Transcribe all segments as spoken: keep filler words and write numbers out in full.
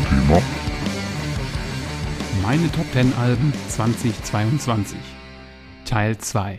Thema. Meine Top zehn Alben zweitausendzweiundzwanzig, Teil zwei.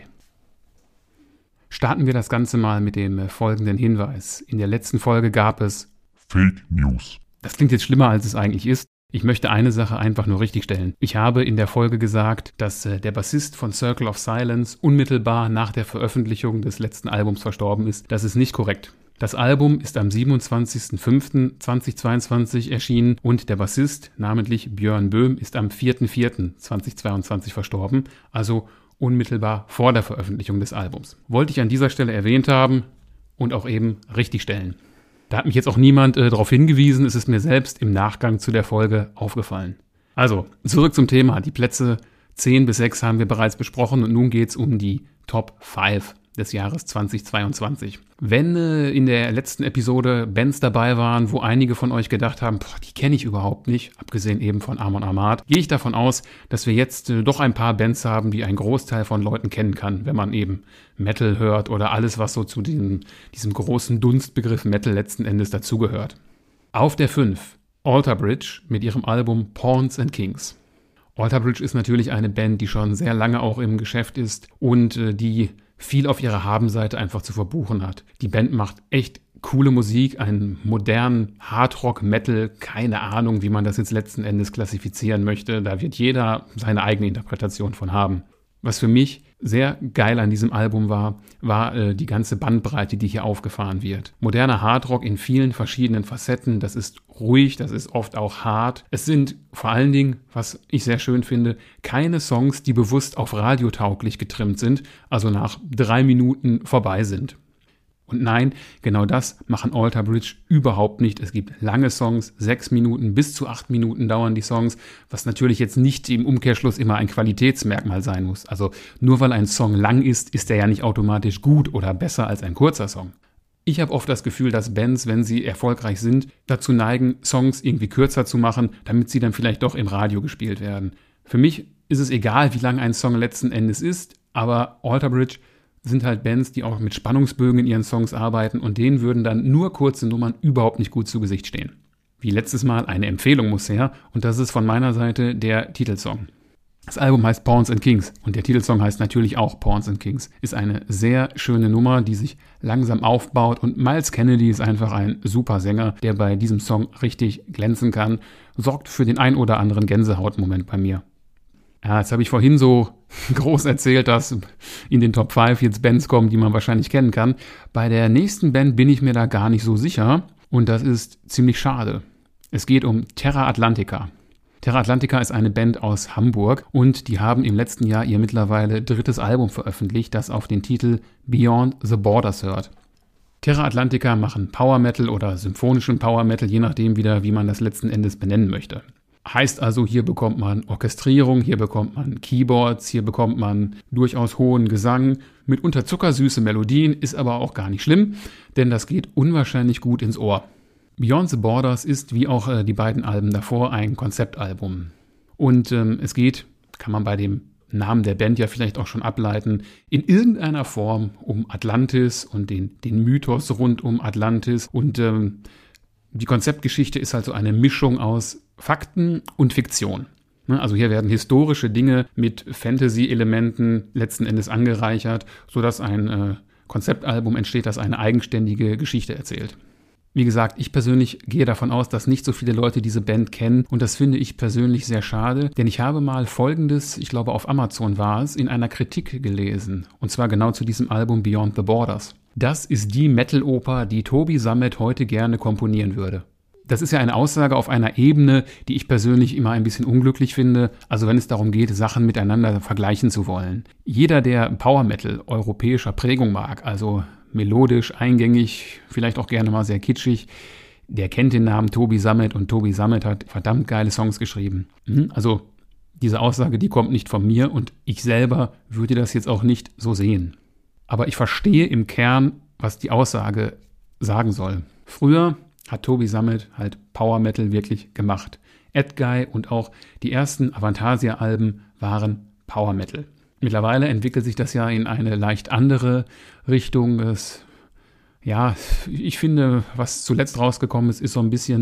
Starten wir das Ganze mal mit dem folgenden Hinweis. In der letzten Folge gab es Fake News. Das klingt jetzt schlimmer, als es eigentlich ist. Ich möchte eine Sache einfach nur richtigstellen. Ich habe in der Folge gesagt, dass äh, der Bassist von Circle of Silence unmittelbar nach der Veröffentlichung des letzten Albums verstorben ist. Das ist nicht korrekt. Das Album ist am siebenundzwanzigsten fünften zweitausendzweiundzwanzig erschienen und der Bassist, namentlich Björn Böhm, ist am vierten vierten zweitausendzweiundzwanzig verstorben, also unmittelbar vor der Veröffentlichung des Albums. Wollte ich an dieser Stelle erwähnt haben und auch eben richtigstellen. Da hat mich jetzt auch niemand äh, darauf hingewiesen, es ist mir selbst im Nachgang zu der Folge aufgefallen. Also, zurück zum Thema. Die Plätze zehn bis sechs haben wir bereits besprochen und nun geht es um die Top fünf des Jahres zweitausendzweiundzwanzig. Wenn äh, in der letzten Episode Bands dabei waren, wo einige von euch gedacht haben, boah, die kenne ich überhaupt nicht, abgesehen eben von Amon Amarth, gehe ich davon aus, dass wir jetzt äh, doch ein paar Bands haben, die ein Großteil von Leuten kennen kann, wenn man eben Metal hört oder alles, was so zu diesem, diesem großen Dunstbegriff Metal letzten Endes dazugehört. Auf der fünf, Alter Bridge mit ihrem Album Pawns and Kings. Alter Bridge ist natürlich eine Band, die schon sehr lange auch im Geschäft ist und äh, die viel auf ihrer Habenseite einfach zu verbuchen hat. Die Band macht echt coole Musik, einen modernen Hardrock, Metal, keine Ahnung, wie man das jetzt letzten Endes klassifizieren möchte. Da wird jeder seine eigene Interpretation von haben. Was für mich sehr geil an diesem Album war, war äh, die ganze Bandbreite, die hier aufgefahren wird. Moderner Hardrock in vielen verschiedenen Facetten, das ist ruhig, das ist oft auch hart. Es sind vor allen Dingen, was ich sehr schön finde, keine Songs, die bewusst auf radiotauglich getrimmt sind, also nach drei Minuten vorbei sind. Und nein, genau das machen Alter Bridge überhaupt nicht. Es gibt lange Songs, sechs Minuten bis zu acht Minuten dauern die Songs, was natürlich jetzt nicht im Umkehrschluss immer ein Qualitätsmerkmal sein muss. Also nur weil ein Song lang ist, ist er ja nicht automatisch gut oder besser als ein kurzer Song. Ich habe oft das Gefühl, dass Bands, wenn sie erfolgreich sind, dazu neigen, Songs irgendwie kürzer zu machen, damit sie dann vielleicht doch im Radio gespielt werden. Für mich ist es egal, wie lang ein Song letzten Endes ist, aber Alter Bridge sind halt Bands, die auch mit Spannungsbögen in ihren Songs arbeiten und denen würden dann nur kurze Nummern überhaupt nicht gut zu Gesicht stehen. Wie letztes Mal, eine Empfehlung muss her und das ist von meiner Seite der Titelsong. Das Album heißt Pawns and Kings und der Titelsong heißt natürlich auch Pawns and Kings. Ist eine sehr schöne Nummer, die sich langsam aufbaut und Miles Kennedy ist einfach ein super Sänger, der bei diesem Song richtig glänzen kann, sorgt für den ein oder anderen Gänsehautmoment bei mir. Ja, jetzt habe ich vorhin so groß erzählt, dass in den Top fünf jetzt Bands kommen, die man wahrscheinlich kennen kann. Bei der nächsten Band bin ich mir da gar nicht so sicher und das ist ziemlich schade. Es geht um Terra Atlantica. Terra Atlantica ist eine Band aus Hamburg und die haben im letzten Jahr ihr mittlerweile drittes Album veröffentlicht, das auf den Titel Beyond the Borders hört. Terra Atlantica machen Power Metal oder symphonischen Power Metal, je nachdem wieder, wie man das letzten Endes benennen möchte. Heißt also, hier bekommt man Orchestrierung, hier bekommt man Keyboards, hier bekommt man durchaus hohen Gesang, mitunter zuckersüße Melodien, ist aber auch gar nicht schlimm, denn das geht unwahrscheinlich gut ins Ohr. Beyond the Borders ist, wie auch äh, die beiden Alben davor, ein Konzeptalbum. Und ähm, es geht, kann man bei dem Namen der Band ja vielleicht auch schon ableiten, in irgendeiner Form um Atlantis und den, den Mythos rund um Atlantis und ähm, die Konzeptgeschichte ist also eine Mischung aus Fakten und Fiktion. Also hier werden historische Dinge mit Fantasy-Elementen letzten Endes angereichert, sodass ein äh, Konzeptalbum entsteht, das eine eigenständige Geschichte erzählt. Wie gesagt, ich persönlich gehe davon aus, dass nicht so viele Leute diese Band kennen und das finde ich persönlich sehr schade, denn ich habe mal Folgendes, ich glaube auf Amazon war es, in einer Kritik gelesen und zwar genau zu diesem Album Beyond the Borders. Das ist die Metal-Oper, die Tobi Sammet heute gerne komponieren würde. Das ist ja eine Aussage auf einer Ebene, die ich persönlich immer ein bisschen unglücklich finde, also wenn es darum geht, Sachen miteinander vergleichen zu wollen. Jeder, der Power Metal europäischer Prägung mag, also melodisch, eingängig, vielleicht auch gerne mal sehr kitschig, der kennt den Namen Tobi Sammet und Tobi Sammet hat verdammt geile Songs geschrieben. Also diese Aussage, die kommt nicht von mir und ich selber würde das jetzt auch nicht so sehen. Aber ich verstehe im Kern, was die Aussage sagen soll. Früher hat Tobi Sammet halt Power Metal wirklich gemacht. Edguy und auch die ersten Avantasia-Alben waren Power Metal. Mittlerweile entwickelt sich das ja in eine leicht andere Richtung. Es, ja, ich finde, was zuletzt rausgekommen ist, ist so ein bisschen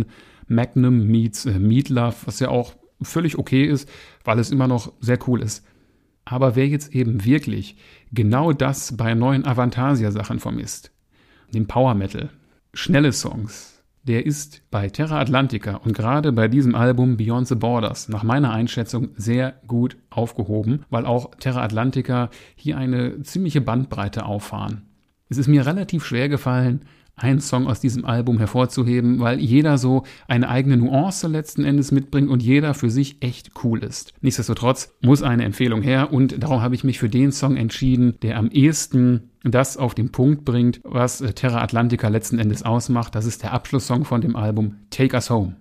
Magnum meets äh, Meat Love, was ja auch völlig okay ist, weil es immer noch sehr cool ist. Aber wer jetzt eben wirklich genau das bei neuen Avantasia-Sachen vermisst, den Power Metal, schnelle Songs, der ist bei Terra Atlantica und gerade bei diesem Album Beyond the Borders nach meiner Einschätzung sehr gut aufgehoben, weil auch Terra Atlantica hier eine ziemliche Bandbreite auffahren. Es ist mir relativ schwer gefallen, einen Song aus diesem Album hervorzuheben, weil jeder so eine eigene Nuance letzten Endes mitbringt und jeder für sich echt cool ist. Nichtsdestotrotz muss eine Empfehlung her und darum habe ich mich für den Song entschieden, der am ehesten das auf den Punkt bringt, was Terra Atlantica letzten Endes ausmacht. Das ist der Abschlusssong von dem Album Take Us Home.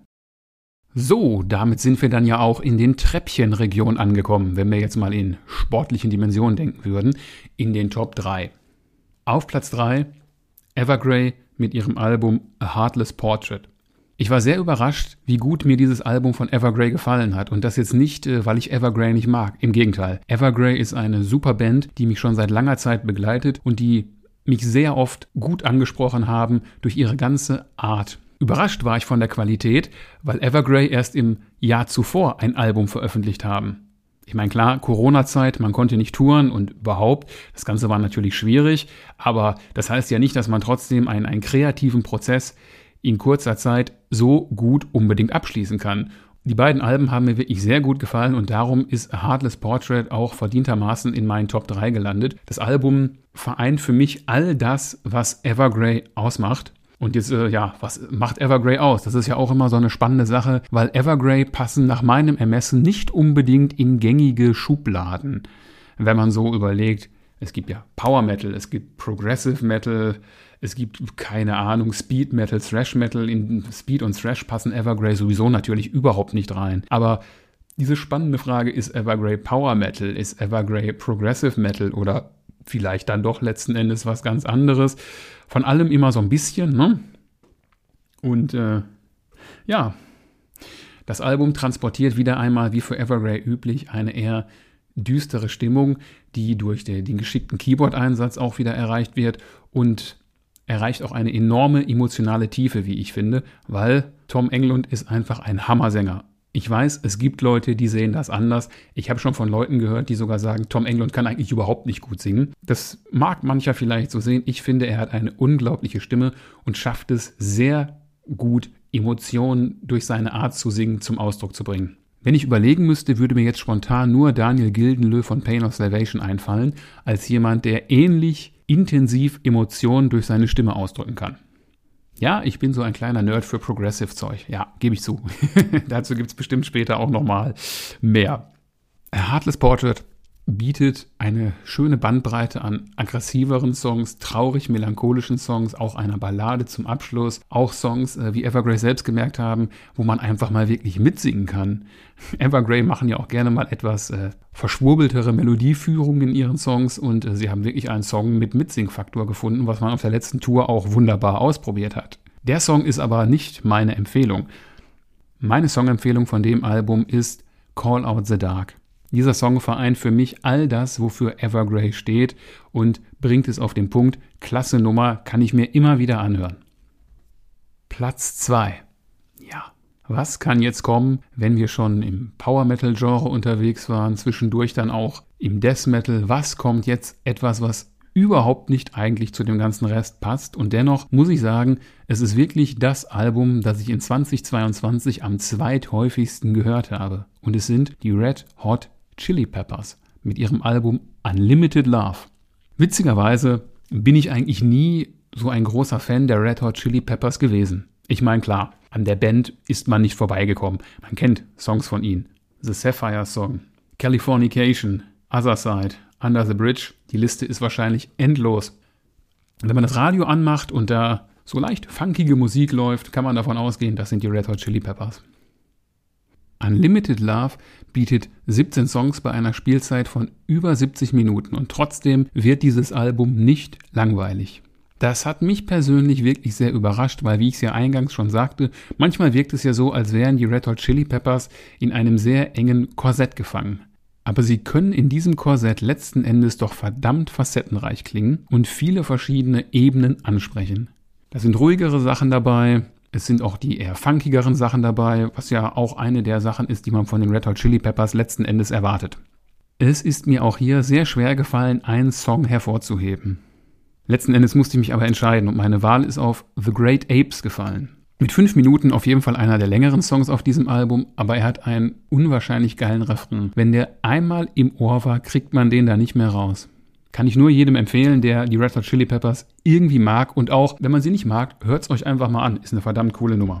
So, damit sind wir dann ja auch in den Treppchenregionen angekommen, wenn wir jetzt mal in sportlichen Dimensionen denken würden, in den Top drei. Auf Platz drei Evergrey mit ihrem Album A Heartless Portrait. Ich war sehr überrascht, wie gut mir dieses Album von Evergrey gefallen hat. Und das jetzt nicht, weil ich Evergrey nicht mag. Im Gegenteil. Evergrey ist eine super Band, die mich schon seit langer Zeit begleitet und die mich sehr oft gut angesprochen haben durch ihre ganze Art. Überrascht war ich von der Qualität, weil Evergrey erst im Jahr zuvor ein Album veröffentlicht haben. Ich meine, klar, Corona-Zeit, man konnte nicht touren und überhaupt, das Ganze war natürlich schwierig, aber das heißt ja nicht, dass man trotzdem einen, einen kreativen Prozess in kurzer Zeit so gut unbedingt abschließen kann. Die beiden Alben haben mir wirklich sehr gut gefallen und darum ist A Heartless Portrait auch verdientermaßen in meinen Top drei gelandet. Das Album vereint für mich all das, was Evergrey ausmacht. Und jetzt, äh, ja, was macht Evergrey aus? Das ist ja auch immer so eine spannende Sache, weil Evergrey passen nach meinem Ermessen nicht unbedingt in gängige Schubladen. Wenn man so überlegt, es gibt ja Power Metal, es gibt Progressive Metal, es gibt, keine Ahnung, Speed Metal, Thrash Metal. In Speed und Thrash passen Evergrey sowieso natürlich überhaupt nicht rein. Aber diese spannende Frage, ist Evergrey Power Metal, ist Evergrey Progressive Metal oder vielleicht dann doch letzten Endes was ganz anderes? Von allem immer so ein bisschen, ne? Und äh, ja, das Album transportiert wieder einmal, wie für Evergrey üblich, eine eher düstere Stimmung, die durch den, den geschickten Keyboard-Einsatz auch wieder erreicht wird und erreicht auch eine enorme emotionale Tiefe, wie ich finde, weil Tom Englund ist einfach ein Hammersänger. Ich weiß, es gibt Leute, die sehen das anders. Ich habe schon von Leuten gehört, die sogar sagen, Tom Englund kann eigentlich überhaupt nicht gut singen. Das mag mancher vielleicht so sehen. Ich finde, er hat eine unglaubliche Stimme und schafft es sehr gut, Emotionen durch seine Art zu singen zum Ausdruck zu bringen. Wenn ich überlegen müsste, würde mir jetzt spontan nur Daniel Gildenlö von Pain of Salvation einfallen, als jemand, der ähnlich intensiv Emotionen durch seine Stimme ausdrücken kann. Ja, ich bin so ein kleiner Nerd für Progressive-Zeug. Ja, gebe ich zu. Dazu gibt es bestimmt später auch nochmal mehr. A Heartless Portrait bietet eine schöne Bandbreite an aggressiveren Songs, traurig-melancholischen Songs, auch einer Ballade zum Abschluss, auch Songs, äh, wie Evergrey selbst gemerkt haben, wo man einfach mal wirklich mitsingen kann. Evergrey machen ja auch gerne mal etwas äh, verschwurbeltere Melodieführungen in ihren Songs und äh, sie haben wirklich einen Song mit Mitsingfaktor gefunden, was man auf der letzten Tour auch wunderbar ausprobiert hat. Der Song ist aber nicht meine Empfehlung. Meine Songempfehlung von dem Album ist Call Out the Dark. Dieser Song vereint für mich all das, wofür Evergrey steht und bringt es auf den Punkt. Klasse Nummer, kann ich mir immer wieder anhören. Platz zwei. Ja, was kann jetzt kommen, wenn wir schon im Power-Metal-Genre unterwegs waren, zwischendurch dann auch im Death-Metal? Was kommt jetzt? Etwas, was überhaupt nicht eigentlich zu dem ganzen Rest passt. Und dennoch muss ich sagen, es ist wirklich das Album, das ich in zweitausendzweiundzwanzig am zweithäufigsten gehört habe. Und es sind die Red Hot Chili Peppers mit ihrem Album Unlimited Love. Witzigerweise bin ich eigentlich nie so ein großer Fan der Red Hot Chili Peppers gewesen. Ich meine, klar, an der Band ist man nicht vorbeigekommen. Man kennt Songs von ihnen. The Sapphire Song, Californication, Other Side, Under the Bridge. Die Liste ist wahrscheinlich endlos. Wenn man das Radio anmacht und da so leicht funkige Musik läuft, kann man davon ausgehen, das sind die Red Hot Chili Peppers. Unlimited Love bietet siebzehn Songs bei einer Spielzeit von über siebzig Minuten und trotzdem wird dieses Album nicht langweilig. Das hat mich persönlich wirklich sehr überrascht, weil, wie ich es ja eingangs schon sagte, manchmal wirkt es ja so, als wären die Red Hot Chili Peppers in einem sehr engen Korsett gefangen. Aber sie können in diesem Korsett letzten Endes doch verdammt facettenreich klingen und viele verschiedene Ebenen ansprechen. Da sind ruhigere Sachen dabei, Es sind auch die eher funkigeren Sachen dabei, was ja auch eine der Sachen ist, die man von den Red Hot Chili Peppers letzten Endes erwartet. Es ist mir auch hier sehr schwer gefallen, einen Song hervorzuheben. Letzten Endes musste ich mich aber entscheiden und meine Wahl ist auf The Great Apes gefallen. Mit fünf Minuten auf jeden Fall einer der längeren Songs auf diesem Album, aber er hat einen unwahrscheinlich geilen Refrain. Wenn der einmal im Ohr war, kriegt man den da nicht mehr raus. Kann ich nur jedem empfehlen, der die Red Hot Chili Peppers irgendwie mag. Und auch, wenn man sie nicht mag, hört es euch einfach mal an. Ist eine verdammt coole Nummer.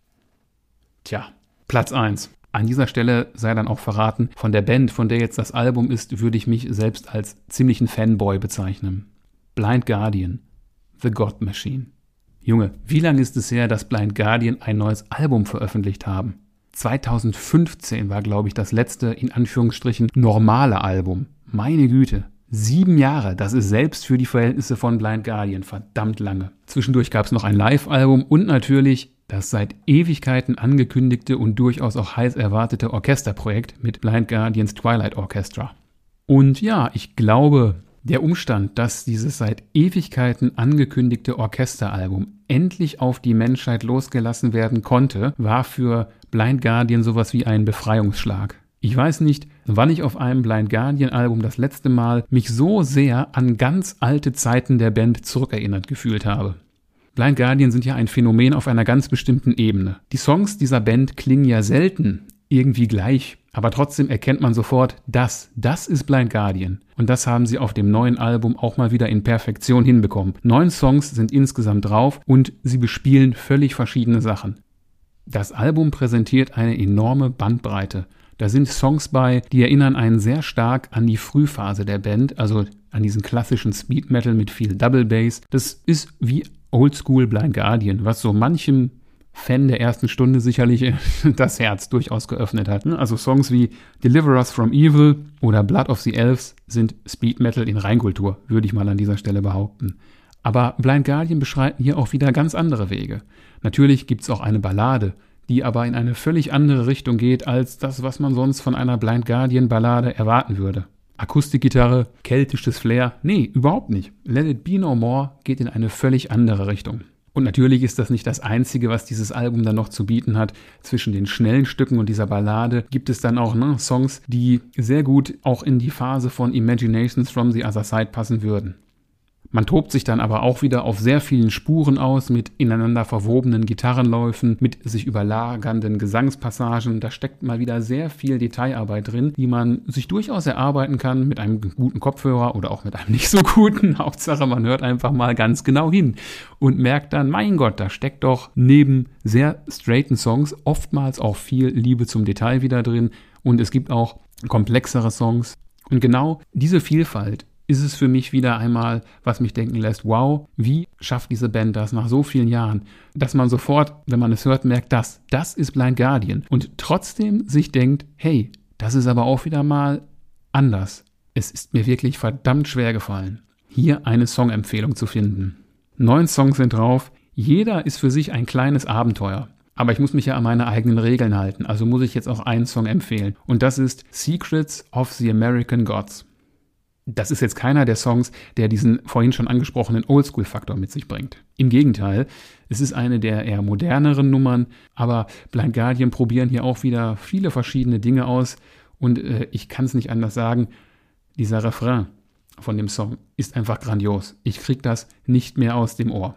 Tja, Platz eins. An dieser Stelle sei dann auch verraten, von der Band, von der jetzt das Album ist, würde ich mich selbst als ziemlichen Fanboy bezeichnen. Blind Guardian, The God Machine. Junge, wie lange ist es her, dass Blind Guardian ein neues Album veröffentlicht haben? zweitausendfünfzehn war, glaube ich, das letzte, in Anführungsstrichen, normale Album. Meine Güte. Sieben Jahre, das ist selbst für die Verhältnisse von Blind Guardian verdammt lange. Zwischendurch gab es noch ein Live-Album und natürlich das seit Ewigkeiten angekündigte und durchaus auch heiß erwartete Orchesterprojekt mit Blind Guardians Twilight Orchestra. Und ja, ich glaube, der Umstand, dass dieses seit Ewigkeiten angekündigte Orchesteralbum endlich auf die Menschheit losgelassen werden konnte, war für Blind Guardian sowas wie ein Befreiungsschlag. Ich weiß nicht, wann ich auf einem Blind Guardian-Album das letzte Mal mich so sehr an ganz alte Zeiten der Band zurückerinnert gefühlt habe. Blind Guardian sind ja ein Phänomen auf einer ganz bestimmten Ebene. Die Songs dieser Band klingen ja selten irgendwie gleich, aber trotzdem erkennt man sofort, das, das ist Blind Guardian. Und das haben sie auf dem neuen Album auch mal wieder in Perfektion hinbekommen. Neun Songs sind insgesamt drauf und sie bespielen völlig verschiedene Sachen. Das Album präsentiert eine enorme Bandbreite. Da sind Songs bei, die erinnern einen sehr stark an die Frühphase der Band, also an diesen klassischen Speed Metal mit viel Double Bass. Das ist wie Oldschool Blind Guardian, was so manchem Fan der ersten Stunde sicherlich das Herz durchaus geöffnet hat. Also Songs wie Deliver Us From Evil oder Blood of the Elves sind Speed Metal in Reinkultur, würde ich mal an dieser Stelle behaupten. Aber Blind Guardian beschreiten hier auch wieder ganz andere Wege. Natürlich gibt es auch eine Ballade, die aber in eine völlig andere Richtung geht als das, was man sonst von einer Blind Guardian-Ballade erwarten würde. Akustikgitarre, keltisches Flair, nee, überhaupt nicht. Let It Be No More geht in eine völlig andere Richtung. Und natürlich ist das nicht das Einzige, was dieses Album dann noch zu bieten hat. Zwischen den schnellen Stücken und dieser Ballade gibt es dann auch ne, Songs, die sehr gut auch in die Phase von Imaginations from the Other Side passen würden. Man tobt sich dann aber auch wieder auf sehr vielen Spuren aus, mit ineinander verwobenen Gitarrenläufen, mit sich überlagernden Gesangspassagen. Da steckt mal wieder sehr viel Detailarbeit drin, die man sich durchaus erarbeiten kann mit einem guten Kopfhörer oder auch mit einem nicht so guten. Hauptsache, man hört einfach mal ganz genau hin und merkt dann, mein Gott, da steckt doch neben sehr straighten Songs oftmals auch viel Liebe zum Detail wieder drin. Und es gibt auch komplexere Songs. Und genau diese Vielfalt ist es für mich wieder einmal, was mich denken lässt, wow, wie schafft diese Band das nach so vielen Jahren, dass man sofort, wenn man es hört, merkt, das, das ist Blind Guardian und trotzdem sich denkt, hey, das ist aber auch wieder mal anders. Es ist mir wirklich verdammt schwer gefallen, hier eine Songempfehlung zu finden. Neun Songs sind drauf, jeder ist für sich ein kleines Abenteuer. Aber ich muss mich ja an meine eigenen Regeln halten, also muss ich jetzt auch einen Song empfehlen. Und das ist Secrets of the American Gods. Das ist jetzt keiner der Songs, der diesen vorhin schon angesprochenen Oldschool-Faktor mit sich bringt. Im Gegenteil, es ist eine der eher moderneren Nummern, aber Blind Guardian probieren hier auch wieder viele verschiedene Dinge aus und äh, ich kann es nicht anders sagen, dieser Refrain von dem Song ist einfach grandios. Ich krieg das nicht mehr aus dem Ohr.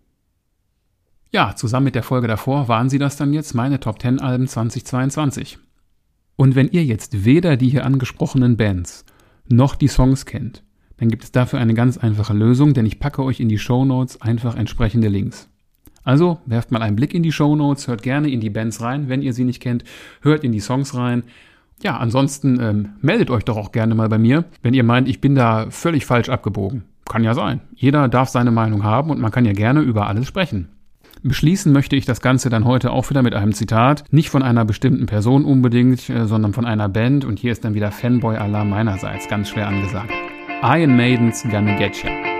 Ja, zusammen mit der Folge davor waren sie das dann jetzt, meine Top zehn Alben zweitausendzweiundzwanzig. Und wenn ihr jetzt weder die hier angesprochenen Bands noch die Songs kennt, dann gibt es dafür eine ganz einfache Lösung, denn ich packe euch in die Shownotes einfach entsprechende Links. Also werft mal einen Blick in die Shownotes, hört gerne in die Bands rein, wenn ihr sie nicht kennt, hört in die Songs rein. Ja, ansonsten ähm, meldet euch doch auch gerne mal bei mir, wenn ihr meint, ich bin da völlig falsch abgebogen. Kann ja sein. Jeder darf seine Meinung haben und man kann ja gerne über alles sprechen. Beschließen möchte ich das Ganze dann heute auch wieder mit einem Zitat, nicht von einer bestimmten Person unbedingt, sondern von einer Band und hier ist dann wieder Fanboy-Alarm meinerseits, ganz schwer angesagt. Iron Maiden's Gonna Getcha.